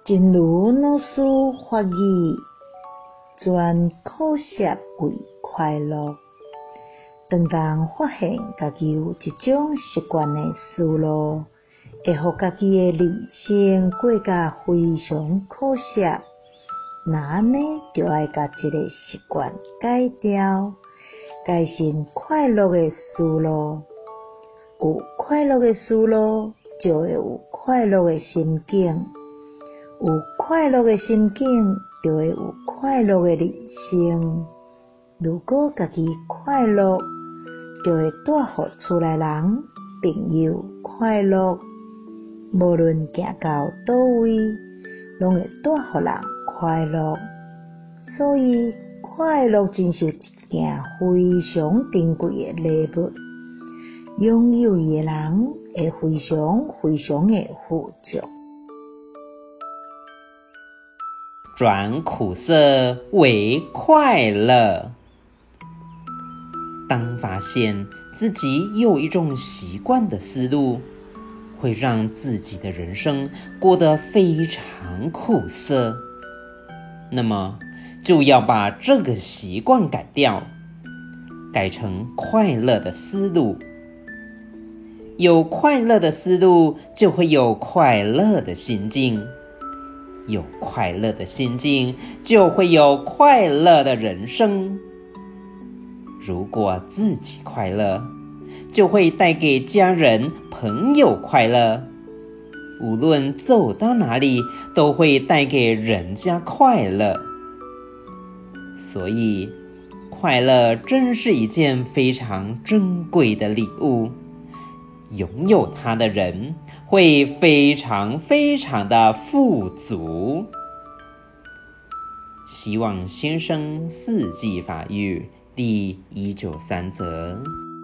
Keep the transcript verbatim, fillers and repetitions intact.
真如老师法语，全靠摄为快乐。当当发现家己有一种习惯的思路，会互家己的人生过甲非常可惜。那安尼就要甲这个习惯改掉，改成快乐的思路。有快乐的思路，就会有快乐的心境。有快乐的心境，就会有快乐的人生。如果家己快乐，就会带予厝内人、朋友快乐。无论行到倒位，拢会带予人快乐。所以，快乐真是一件非常珍贵的礼物。拥有伊的人会非常非常的富足。 转苦涩为快乐。当发现自己有一种习惯的思路，会让自己的人生过得非常苦涩，那么就要把这个习惯改掉，改成快乐的思路。有快乐的思路，就会有快乐的心境。有快乐的心境，就会有快乐的人生。如果自己快乐，就会带给家人、朋友快乐。无论走到哪里，都会带给人家快乐。所以，快乐真是一件非常珍贵的礼物。拥有它的人会非常非常的富足。希望新生四季法语第一九三则。